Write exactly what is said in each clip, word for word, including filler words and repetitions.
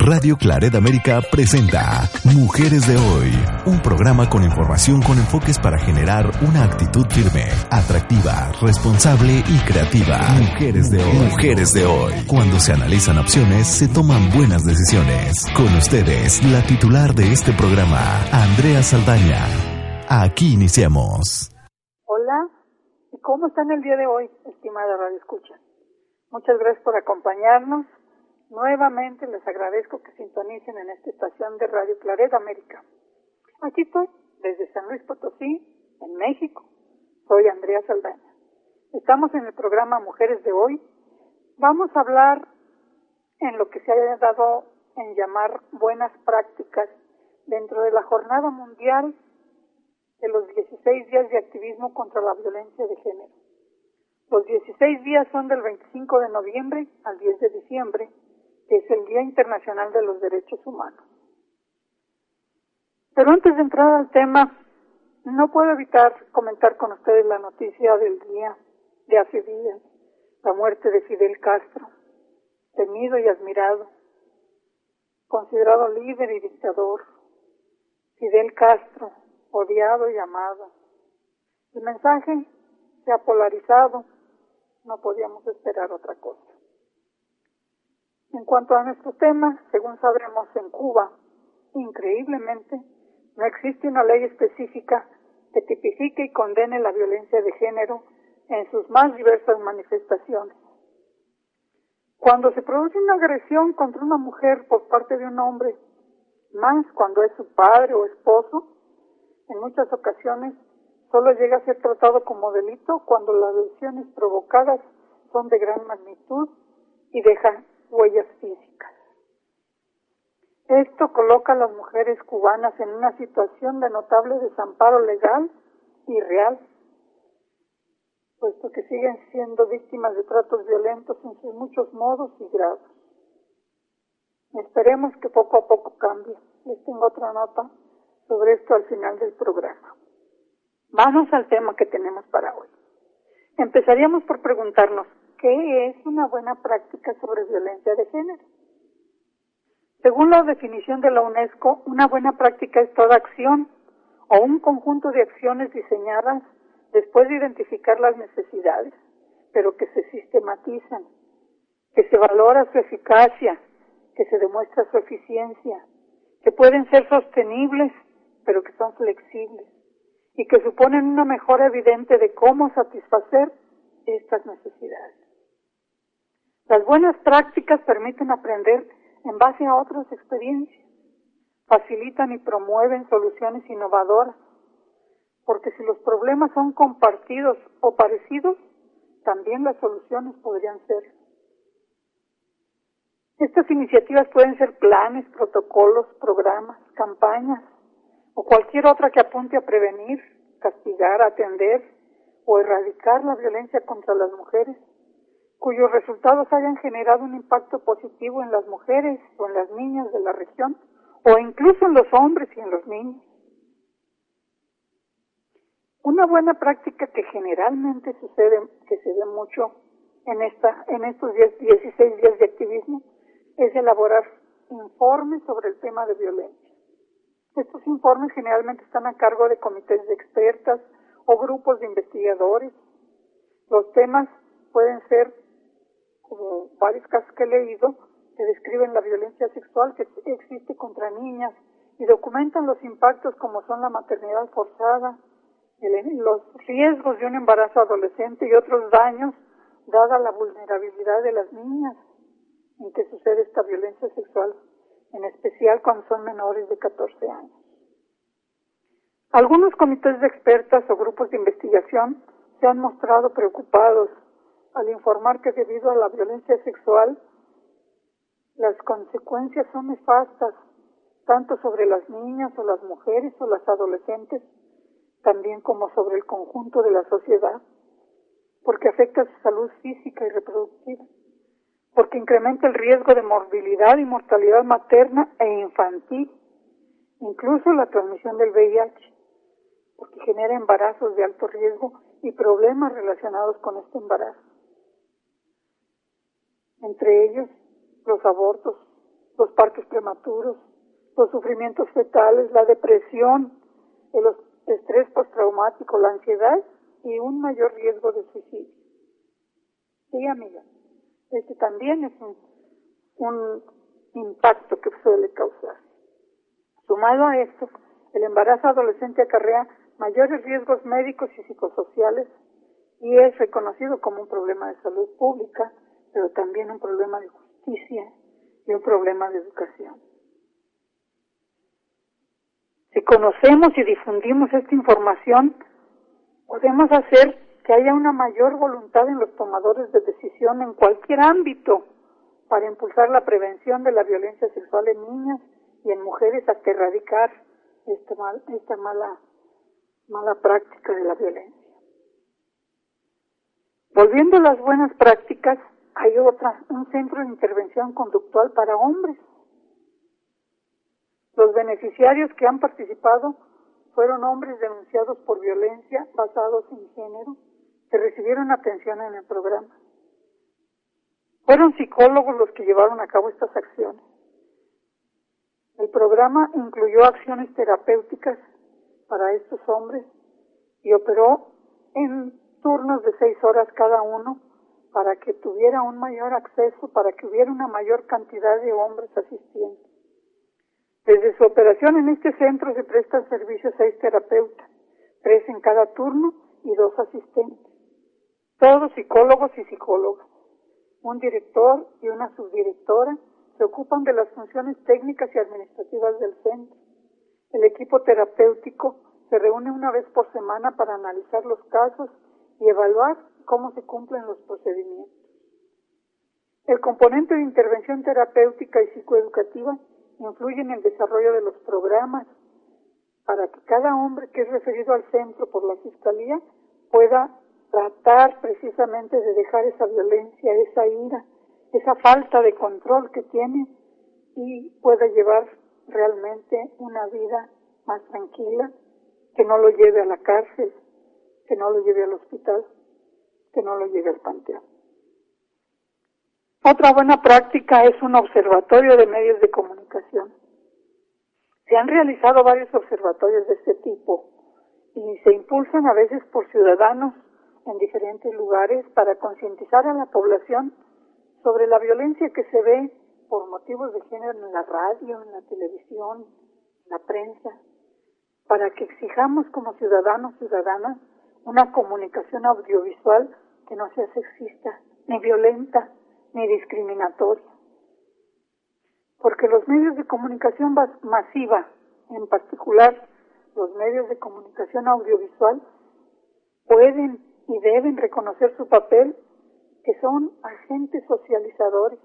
Radio Claret América presenta Mujeres de Hoy, un programa con información con enfoques para generar una actitud firme, atractiva, responsable y creativa. Mujeres de Hoy. Mujeres de Hoy. Cuando se analizan opciones, se toman buenas decisiones. Con ustedes, la titular de este programa, Andrea Saldaña. Aquí iniciamos. Hola, ¿y cómo están el día de hoy, estimada Radio Escucha? Muchas gracias por acompañarnos. Nuevamente les agradezco que sintonicen en esta estación de Radio Claret América. Aquí estoy, desde San Luis Potosí, en México. Soy Andrea Saldaña. Estamos en el programa Mujeres de Hoy. Vamos a hablar en lo que se haya dado en llamar buenas prácticas dentro de la Jornada Mundial de los dieciséis días de activismo contra la violencia de género. Los dieciséis días son del veinticinco de noviembre al diez de diciembre, que es el Día Internacional de los Derechos Humanos. Pero antes de entrar al tema, no puedo evitar comentar con ustedes la noticia del día de hace días, la muerte de Fidel Castro, temido y admirado, considerado líder y dictador. Fidel Castro, odiado y amado. El mensaje se ha polarizado, no podíamos esperar otra cosa. En cuanto a nuestro tema, según sabremos, en Cuba, increíblemente, no existe una ley específica que tipifique y condene la violencia de género en sus más diversas manifestaciones. Cuando se produce una agresión contra una mujer por parte de un hombre, más cuando es su padre o esposo, en muchas ocasiones solo llega a ser tratado como delito cuando las lesiones provocadas son de gran magnitud y dejan huellas físicas. Esto coloca a las mujeres cubanas en una situación de notable desamparo legal y real, puesto que siguen siendo víctimas de tratos violentos en sus muchos modos y grados. Esperemos que poco a poco cambie. Les tengo otra nota sobre esto al final del programa. Vamos al tema que tenemos para hoy. Empezaríamos por preguntarnos, ¿qué es una buena práctica sobre violencia de género? Según la definición de la UNESCO, una buena práctica es toda acción o un conjunto de acciones diseñadas después de identificar las necesidades, pero que se sistematizan, que se valora su eficacia, que se demuestra su eficiencia, que pueden ser sostenibles, pero que son flexibles y que suponen una mejora evidente de cómo satisfacer estas necesidades. Las buenas prácticas permiten aprender en base a otras experiencias, facilitan y promueven soluciones innovadoras, porque si los problemas son compartidos o parecidos, también las soluciones podrían ser. Estas iniciativas pueden ser planes, protocolos, programas, campañas, o cualquier otra que apunte a prevenir, castigar, atender o erradicar la violencia contra las mujeres, cuyos resultados hayan generado un impacto positivo en las mujeres o en las niñas de la región, o incluso en los hombres y en los niños. Una buena práctica que generalmente sucede, que se ve mucho en esta, en estos dieciséis días de activismo, es elaborar informes sobre el tema de violencia. Estos informes generalmente están a cargo de comités de expertas o grupos de investigadores. Los temas pueden ser, como varios casos que he leído, que describen la violencia sexual que existe contra niñas y documentan los impactos como son la maternidad forzada, el, los riesgos de un embarazo adolescente y otros daños dada la vulnerabilidad de las niñas en que sucede esta violencia sexual, en especial cuando son menores de catorce años. Algunos comités de expertas o grupos de investigación se han mostrado preocupados al informar que debido a la violencia sexual, las consecuencias son nefastas, tanto sobre las niñas o las mujeres o las adolescentes, también como sobre el conjunto de la sociedad, porque afecta su salud física y reproductiva, porque incrementa el riesgo de morbilidad y mortalidad materna e infantil, incluso la transmisión del V I H, porque genera embarazos de alto riesgo y problemas relacionados con este embarazo. Entre ellos, los abortos los partos prematuros, los sufrimientos fetales, la depresión, el estrés postraumático, la ansiedad y un mayor riesgo de suicidio. Sí, amiga, este también es un, un impacto que suele causar. Sumado a esto, el embarazo adolescente acarrea mayores riesgos médicos y psicosociales y es reconocido como un problema de salud pública, pero también un problema de justicia y un problema de educación. Si conocemos y difundimos esta información, podemos hacer que haya una mayor voluntad en los tomadores de decisión en cualquier ámbito para impulsar la prevención de la violencia sexual en niñas y en mujeres hasta erradicar esta, mal, esta mala, mala práctica de la violencia. Volviendo a las buenas prácticas, hay otra, un centro de intervención conductual para hombres. Los beneficiarios que han participado fueron hombres denunciados por violencia basados en género que recibieron atención en el programa. Fueron psicólogos los que llevaron a cabo estas acciones. El programa incluyó acciones terapéuticas para estos hombres y operó en turnos de seis horas cada uno para que tuviera un mayor acceso, para que hubiera una mayor cantidad de hombres asistiendo. Desde su operación en este centro se prestan servicios a seis terapeutas, tres en cada turno y dos asistentes, todos psicólogos y psicólogas. Un director y una subdirectora se ocupan de las funciones técnicas y administrativas del centro. El equipo terapéutico se reúne una vez por semana para analizar los casos y evaluar cómo se cumplen los procedimientos. El componente de intervención terapéutica y psicoeducativa influye en el desarrollo de los programas para que cada hombre que es referido al centro por la Fiscalía pueda tratar precisamente de dejar esa violencia, esa ira, esa falta de control que tiene y pueda llevar realmente una vida más tranquila, que no lo lleve a la cárcel, que no lo lleve al hospital, que no lo lleve al panteón. Otra buena práctica es un observatorio de medios de comunicación. Se han realizado varios observatorios de este tipo y se impulsan a veces por ciudadanos en diferentes lugares para concientizar a la población sobre la violencia que se ve por motivos de género en la radio, en la televisión, en la prensa, para que exijamos como ciudadanos, ciudadanas, una comunicación audiovisual que no sea sexista, ni violenta, ni discriminatoria. Porque los medios de comunicación masiva, en particular los medios de comunicación audiovisual, pueden y deben reconocer su papel, que son agentes socializadores.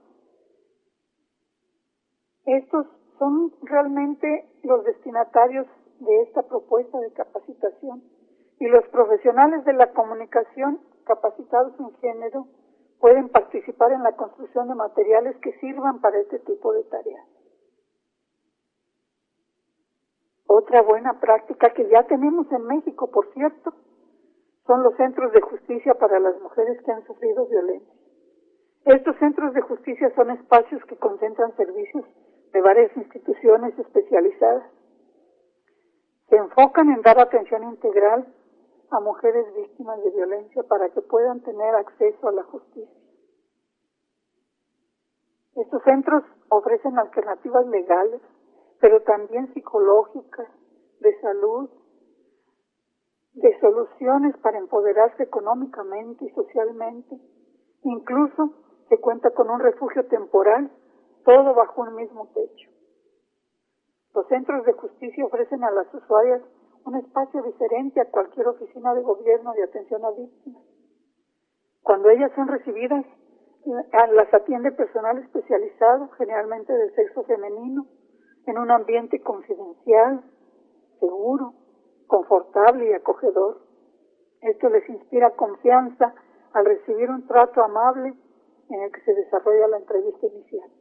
Estos son realmente los destinatarios de esta propuesta de capacitación y los profesionales de la comunicación capacitados en género pueden participar en la construcción de materiales que sirvan para este tipo de tareas. Otra buena práctica que ya tenemos en México, por cierto, son los centros de justicia para las mujeres que han sufrido violencia. Estos centros de justicia son espacios que concentran servicios de varias instituciones especializadas. Se enfocan en dar atención integral a mujeres víctimas de violencia para que puedan tener acceso a la justicia. Estos centros ofrecen alternativas legales, pero también psicológicas, de salud, de soluciones para empoderarse económicamente y socialmente. Incluso se cuenta con un refugio temporal, todo bajo un mismo techo. Los centros de justicia ofrecen a las usuarias un espacio diferente a cualquier oficina de gobierno de atención a víctimas. Cuando ellas son recibidas, las atiende personal especializado, generalmente del sexo femenino, en un ambiente confidencial, seguro, confortable y acogedor. Esto les inspira confianza al recibir un trato amable en el que se desarrolla la entrevista inicial.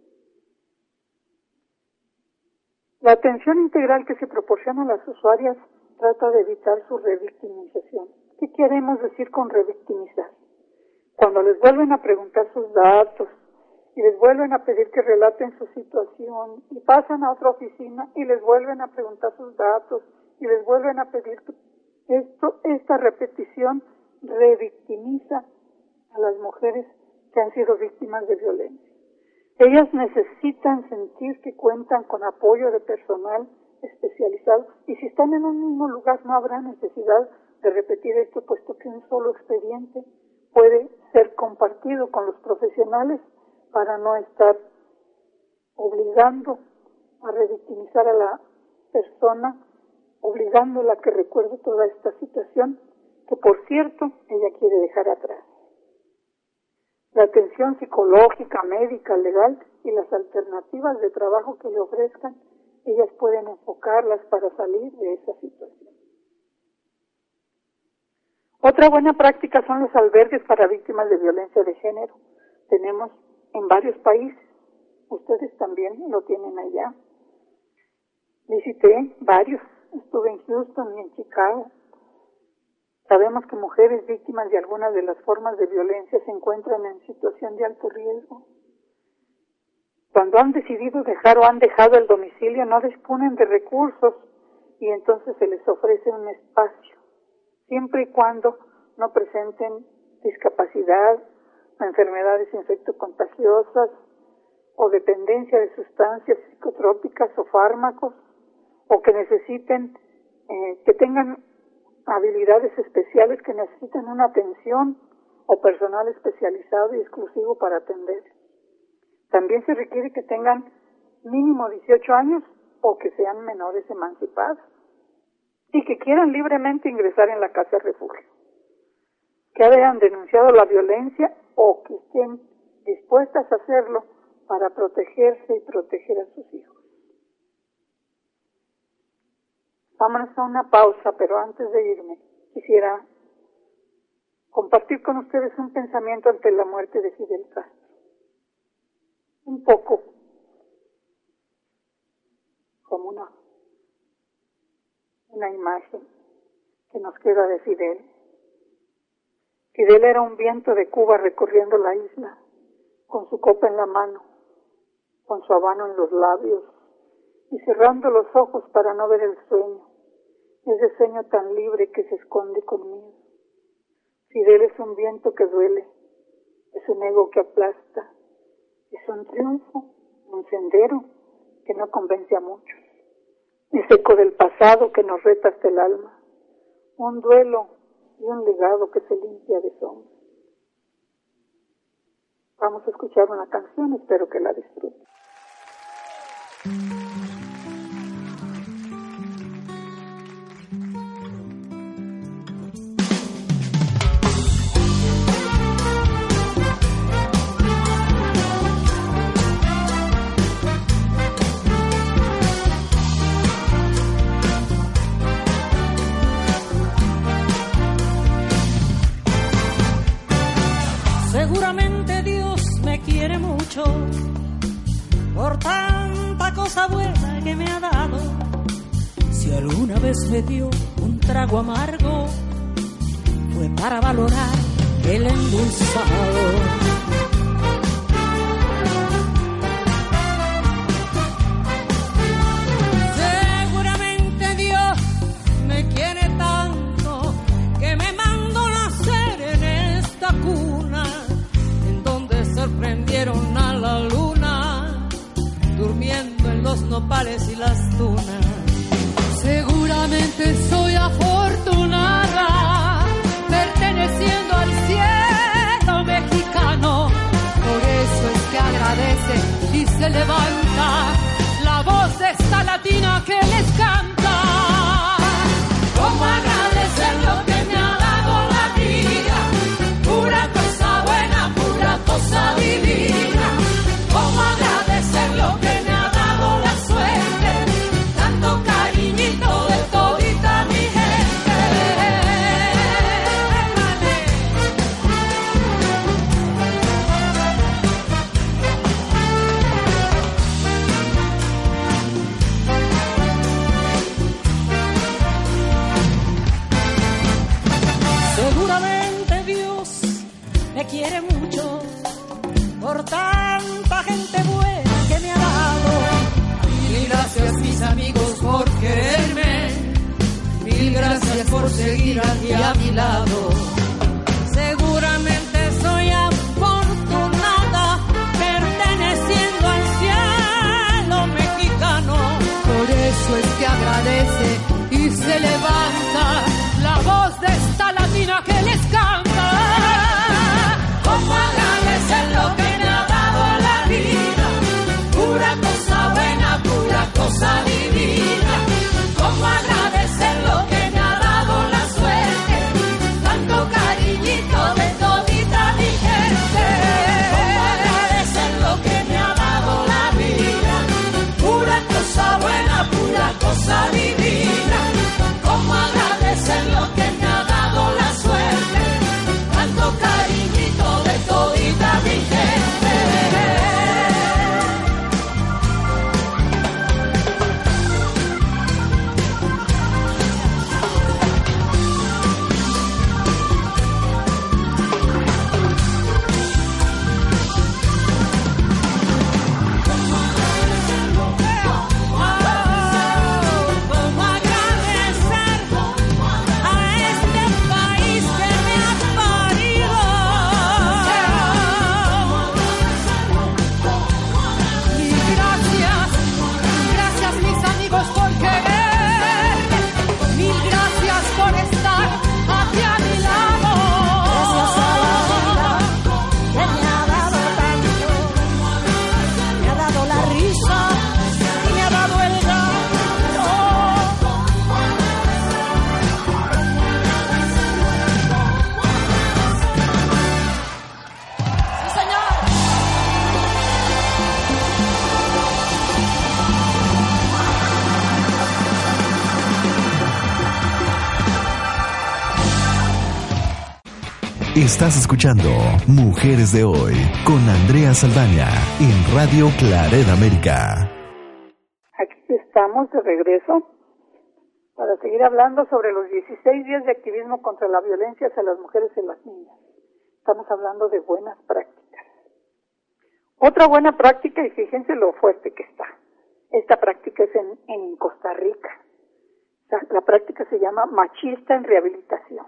La atención integral que se proporciona a las usuarias trata de evitar su revictimización. ¿Qué queremos decir con revictimizar? Cuando les vuelven a preguntar sus datos, y les vuelven a pedir que relaten su situación, y pasan a otra oficina y les vuelven a preguntar sus datos, y les vuelven a pedir que esto, esta repetición revictimiza a las mujeres que han sido víctimas de violencia. Ellas necesitan sentir que cuentan con apoyo de personal especializado, y si están en un mismo lugar no habrá necesidad de repetir esto, puesto que un solo expediente puede ser compartido con los profesionales para no estar obligando a revictimizar a la persona, obligándola a que recuerde toda esta situación, que por cierto ella quiere dejar atrás. La atención psicológica, médica, legal y las alternativas de trabajo que le ofrezcan, ellas pueden enfocarlas para salir de esa situación. Otra buena práctica son los albergues para víctimas de violencia de género. Tenemos en varios países, ustedes también lo tienen allá. Visité varios, estuve en Houston y en Chicago. Sabemos que mujeres víctimas de algunas de las formas de violencia se encuentran en situación de alto riesgo. Cuando han decidido dejar o han dejado el domicilio, no disponen de recursos y entonces se les ofrece un espacio, siempre y cuando no presenten discapacidad, enfermedades infectocontagiosas o dependencia de sustancias psicotrópicas o fármacos, o que necesiten, eh, que tengan habilidades especiales, que necesiten una atención o personal especializado y exclusivo para atender. También se requiere que tengan mínimo dieciocho años o que sean menores emancipados y que quieran libremente ingresar en la casa refugio, que hayan denunciado la violencia o que estén dispuestas a hacerlo para protegerse y proteger a sus hijos. Vámonos a una pausa, pero antes de irme quisiera compartir con ustedes un pensamiento ante la muerte de Fidel Castro. Un poco como una, una imagen que nos queda de Fidel. Fidel era un viento de Cuba recorriendo la isla, con su copa en la mano, con su habano en los labios y cerrando los ojos para no ver el sueño, ese sueño tan libre que se esconde conmigo. Fidel es un viento que duele, es un ego que aplasta, es un triunfo, un sendero que no convence a muchos, es eco del pasado que nos reta hasta el alma, un duelo y un legado que se limpia de sombra. Vamos a escuchar una canción, espero que la disfruten. Seguramente Dios me quiere mucho por tanta cosa buena que me ha dado. Si alguna vez me dio un trago amargo, fue para valorar el endulzado. A la luna, durmiendo en los nopales y las tunas. Seguramente soy afortunada, perteneciendo al cielo mexicano. Por eso es que agradece y se levanta la voz de esta latina que les canta. ¿Cómo agradecer lo que me ha dado la vida? Pura cosa buena, pura cosa divina. ¿Cómo agradecer lo que me ha dado la suerte? Tanto cariñito de todita mi gente. por seguir aquí a mi lado. Seguramente soy afortunada, perteneciendo al cielo mexicano. Por eso es que agradece y se levanta la voz de esta latina que les canta. ¿Cómo agradecer lo que me ha dado la vida? Pura cosa buena, pura cosa divina. ¿Cómo agradecer lo que me ha dado la suerte? Tanto cariñito de todita mi gente. ¿Cómo agradecer lo que me ha dado la vida? Pura cosa buena, pura cosa divina. ¿Cómo agradecer lo que me ha dado la suerte? Tanto cariñito de todita mi gente. Estás escuchando Mujeres de Hoy con Andrea Saldaña en Radio Claret América. Aquí estamos de regreso para seguir hablando sobre los dieciséis días de activismo contra la violencia hacia las mujeres y las niñas. Estamos hablando de buenas prácticas. Otra buena práctica, y fíjense lo fuerte que está. Esta práctica es en, en Costa Rica. La, la práctica se llama Machista en Rehabilitación.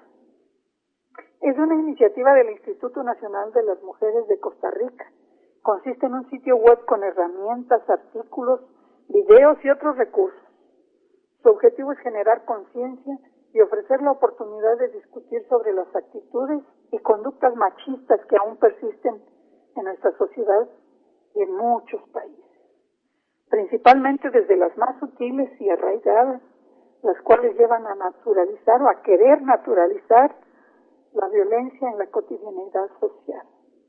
Es una iniciativa del Instituto Nacional de las Mujeres de Costa Rica. Consiste en un sitio web con herramientas, artículos, videos y otros recursos. Su objetivo es generar conciencia y ofrecer la oportunidad de discutir sobre las actitudes y conductas machistas que aún persisten en nuestra sociedad y en muchos países, principalmente desde las más sutiles y arraigadas, las cuales llevan a naturalizar o a querer naturalizar la violencia en la cotidianidad social.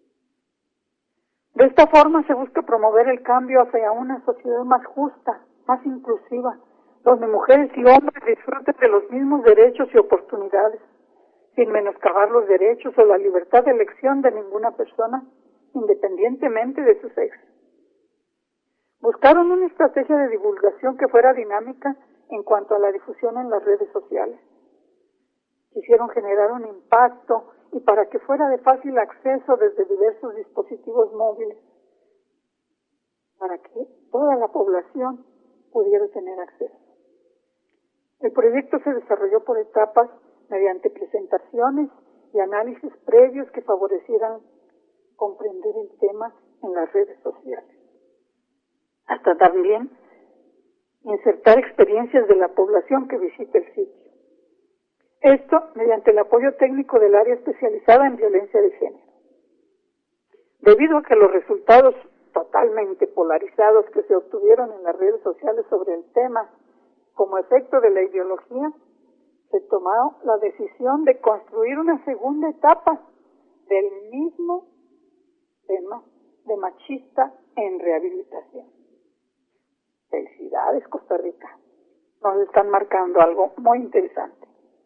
De esta forma se busca promover el cambio hacia una sociedad más justa, más inclusiva, donde mujeres y hombres disfruten de los mismos derechos y oportunidades, sin menoscabar los derechos o la libertad de elección de ninguna persona, independientemente de su sexo. Buscaron una estrategia de divulgación que fuera dinámica en cuanto a la difusión en las redes sociales. Quisieron generar un impacto y para que fuera de fácil acceso desde diversos dispositivos móviles, para que toda la población pudiera tener acceso. El proyecto se desarrolló por etapas mediante presentaciones y análisis previos que favorecieran comprender el tema en las redes sociales. Hasta también insertar experiencias de la población que visite el sitio. Esto mediante el apoyo técnico del área especializada en violencia de género. Debido a que los resultados totalmente polarizados que se obtuvieron en las redes sociales sobre el tema, como efecto de la ideología, se tomó la decisión de construir una segunda etapa del mismo tema de machista en rehabilitación. Felicidades, Costa Rica. Nos están marcando algo muy interesante.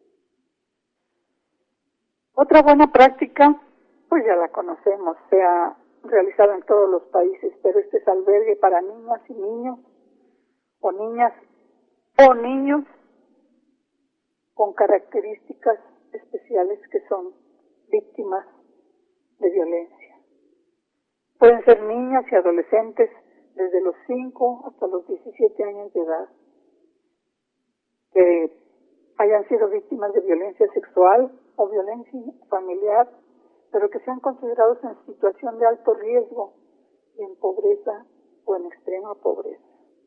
Otra buena práctica, pues ya la conocemos, se ha realizado en todos los países, pero este es albergue para niñas y niños, o niñas o niños con características especiales que son víctimas de violencia. Pueden ser niñas y adolescentes desde los cinco hasta los diecisiete años de edad, que hayan sido víctimas de violencia sexual o violencia familiar, pero que sean considerados en situación de alto riesgo y en pobreza o en extrema pobreza.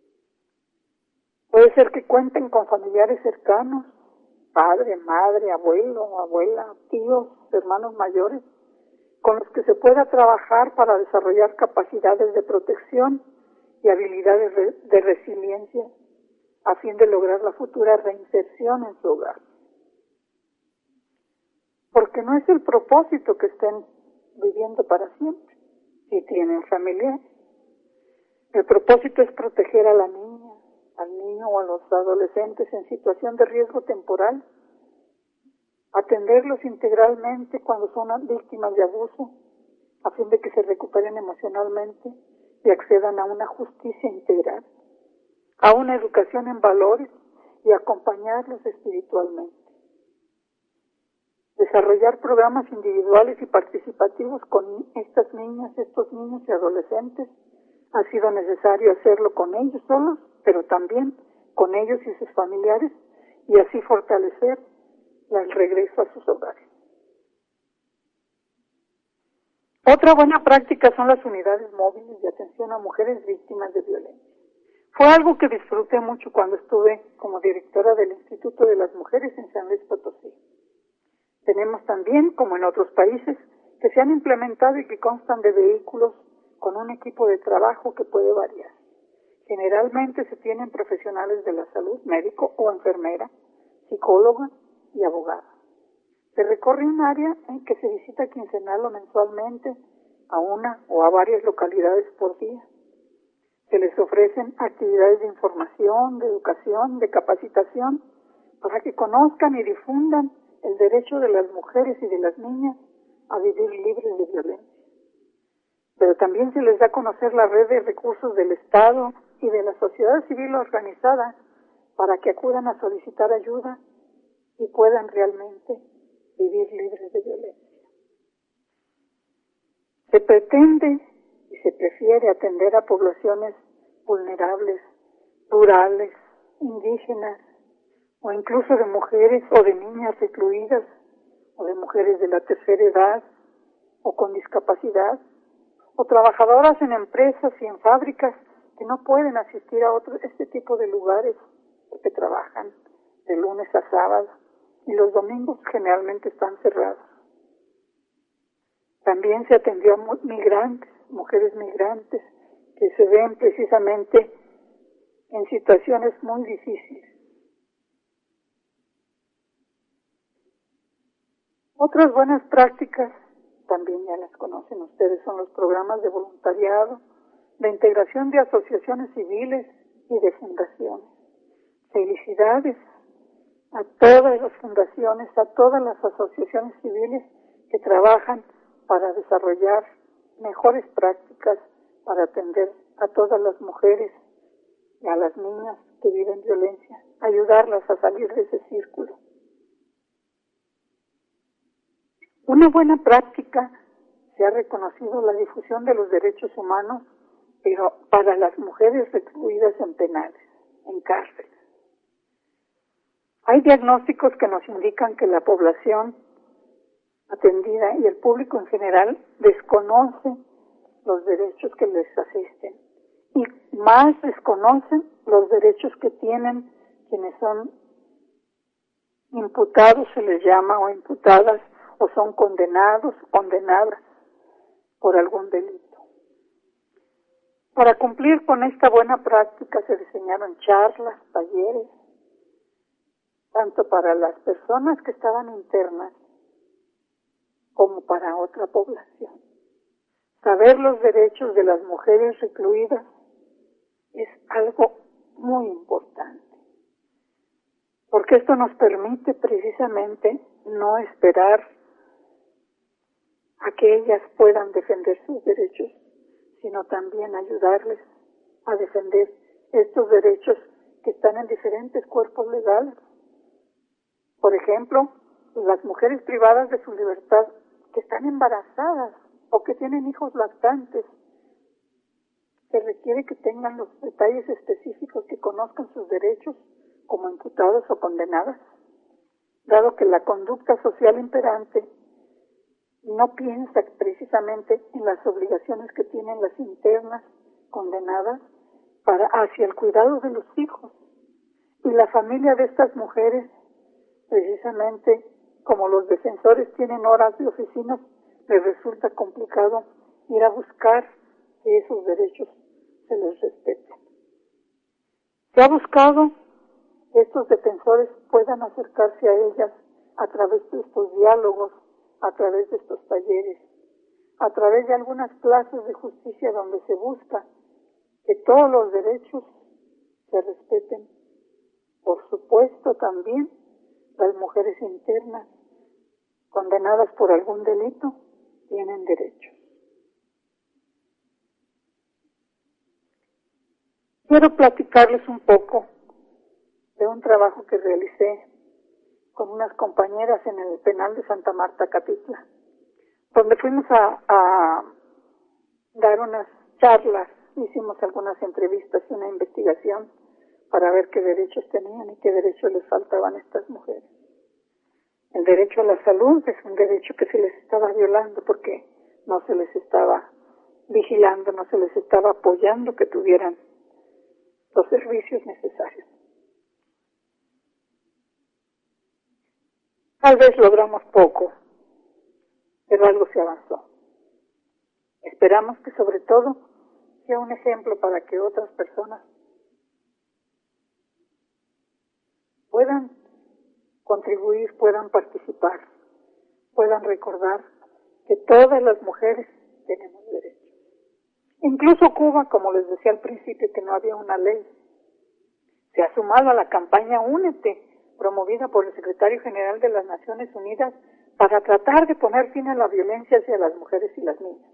Puede ser que cuenten con familiares cercanos, padre, madre, abuelo, abuela, tíos, hermanos mayores, con los que se pueda trabajar para desarrollar capacidades de protección y habilidades de resiliencia a fin de lograr la futura reinserción en su hogar. Porque no es el propósito que estén viviendo para siempre, si tienen familiares. El propósito es proteger a la niña, al niño o a los adolescentes en situación de riesgo temporal, atenderlos integralmente cuando son víctimas de abuso, a fin de que se recuperen emocionalmente y accedan a una justicia integral, a una educación en valores y acompañarlos espiritualmente. Desarrollar programas individuales y participativos con estas niñas, estos niños y adolescentes, ha sido necesario hacerlo con ellos solos, pero también con ellos y sus familiares, y así fortalecer el regreso a sus hogares. Otra buena práctica son las unidades móviles de atención a mujeres víctimas de violencia. Fue algo que disfruté mucho cuando estuve como directora del Instituto de las Mujeres en San Luis Potosí. Tenemos también, como en otros países, que se han implementado y que constan de vehículos con un equipo de trabajo que puede variar. Generalmente se tienen profesionales de la salud, médico o enfermera, psicóloga y abogada. Se recorre un área en que se visita quincenal o mensualmente a una o a varias localidades por día. Se les ofrecen actividades de información, de educación, de capacitación, para que conozcan y difundan el derecho de las mujeres y de las niñas a vivir libres de violencia. Pero también se les da a conocer la red de recursos del Estado y de la sociedad civil organizada para que acudan a solicitar ayuda y puedan realmente vivir libres de violencia. Se pretende y se prefiere atender a poblaciones vulnerables, rurales, indígenas, o incluso de mujeres o de niñas recluidas, o de mujeres de la tercera edad, o con discapacidad, o trabajadoras en empresas y en fábricas que no pueden asistir a otro, este tipo de lugares porque trabajan de lunes a sábado y los domingos generalmente están cerrados. También se atendió a migrantes, mujeres migrantes que se ven precisamente en situaciones muy difíciles. Otras buenas prácticas, también ya las conocen ustedes, son los programas de voluntariado, de integración de asociaciones civiles y de fundaciones. Felicidades a todas las fundaciones, a todas las asociaciones civiles que trabajan para desarrollar mejores prácticas para atender a todas las mujeres y a las niñas que viven violencia, ayudarlas a salir de ese círculo. Una buena práctica se ha reconocido la difusión de los derechos humanos, pero para las mujeres recluidas en penales, en cárceles. Hay diagnósticos que nos indican que la población atendida y el público en general desconoce los derechos que les asisten y más desconocen los derechos que tienen quienes son imputados, se les llama, o imputadas, o son condenados, condenadas por algún delito. Para cumplir con esta buena práctica se diseñaron charlas, talleres, tanto para las personas que estaban internas como para otra población. Saber los derechos de las mujeres recluidas es algo muy importante, porque esto nos permite precisamente no esperar a que ellas puedan defender sus derechos, sino también ayudarles a defender estos derechos que están en diferentes cuerpos legales. Por ejemplo, las mujeres privadas de su libertad que están embarazadas o que tienen hijos lactantes, se requiere que tengan los detalles específicos, que conozcan sus derechos como imputados o condenadas, dado que la conducta social imperante no piensa precisamente en las obligaciones que tienen las internas condenadas para hacia el cuidado de los hijos. Y la familia de estas mujeres, precisamente como los defensores tienen horas de oficinas, les resulta complicado ir a buscar que esos derechos se les respeten. Se ha buscado que estos defensores puedan acercarse a ellas a través de estos diálogos, a través de estos talleres, a través de algunas clases de justicia donde se busca que todos los derechos se respeten. Por supuesto, también las mujeres internas condenadas por algún delito tienen derechos. Quiero platicarles un poco de un trabajo que realicé con unas compañeras en el penal de Santa Marta, Catitla, donde fuimos a, a dar unas charlas, hicimos algunas entrevistas y una investigación para ver qué derechos tenían y qué derechos les faltaban a estas mujeres. El derecho a la salud es un derecho que se les estaba violando porque no se les estaba vigilando, no se les estaba apoyando que tuvieran los servicios necesarios. Tal vez logramos poco, pero algo se avanzó. Esperamos que sobre todo sea un ejemplo para que otras personas puedan contribuir, puedan participar, puedan recordar que todas las mujeres tenemos derechos. Incluso Cuba, como les decía al principio, que no había una ley, se ha sumado a la campaña Únete, promovida por el secretario general de las Naciones Unidas para tratar de poner fin a la violencia hacia las mujeres y las niñas.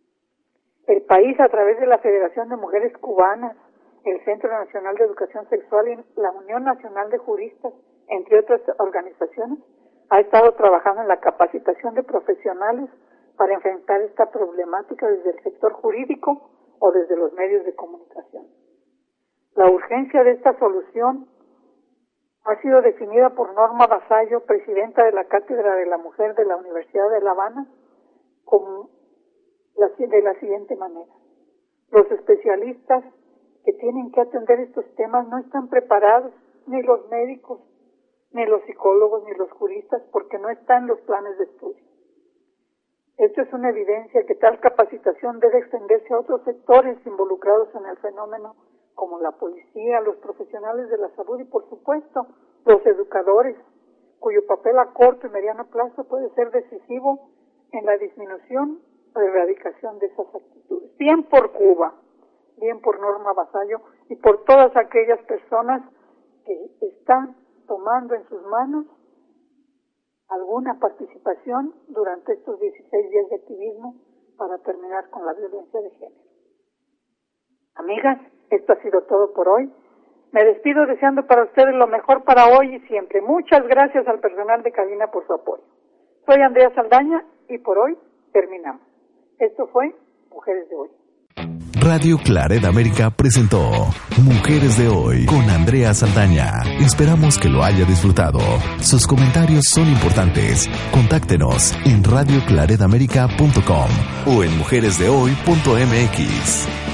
El país, a través de la Federación de Mujeres Cubanas, el Centro Nacional de Educación Sexual y la Unión Nacional de Juristas, entre otras organizaciones, ha estado trabajando en la capacitación de profesionales para enfrentar esta problemática desde el sector jurídico o desde los medios de comunicación. La urgencia de esta solución ha sido definida por Norma Vasallo, presidenta de la Cátedra de la Mujer de la Universidad de La Habana, como la, de la siguiente manera. Los especialistas que tienen que atender estos temas no están preparados, ni los médicos, ni los psicólogos, ni los juristas, porque no están en los planes de estudio. Esto es una evidencia que tal capacitación debe extenderse a otros sectores involucrados en el fenómeno, como la policía, los profesionales de la salud y, por supuesto, los educadores, cuyo papel a corto y mediano plazo puede ser decisivo en la disminución o erradicación de esas actitudes. Bien por Cuba, bien por Norma Vasallo y por todas aquellas personas que están tomando en sus manos alguna participación durante estos dieciséis días de activismo para terminar con la violencia de género. Amigas, esto ha sido todo por hoy. Me despido deseando para ustedes lo mejor para hoy y siempre. Muchas gracias al personal de cabina por su apoyo. Soy Andrea Saldaña y por hoy terminamos. Esto fue Mujeres de Hoy. Radio Claret América presentó Mujeres de Hoy con Andrea Saldaña. Esperamos que lo haya disfrutado. Sus comentarios son importantes. Contáctenos en radio claret america punto com o en mujeres de hoy punto m x.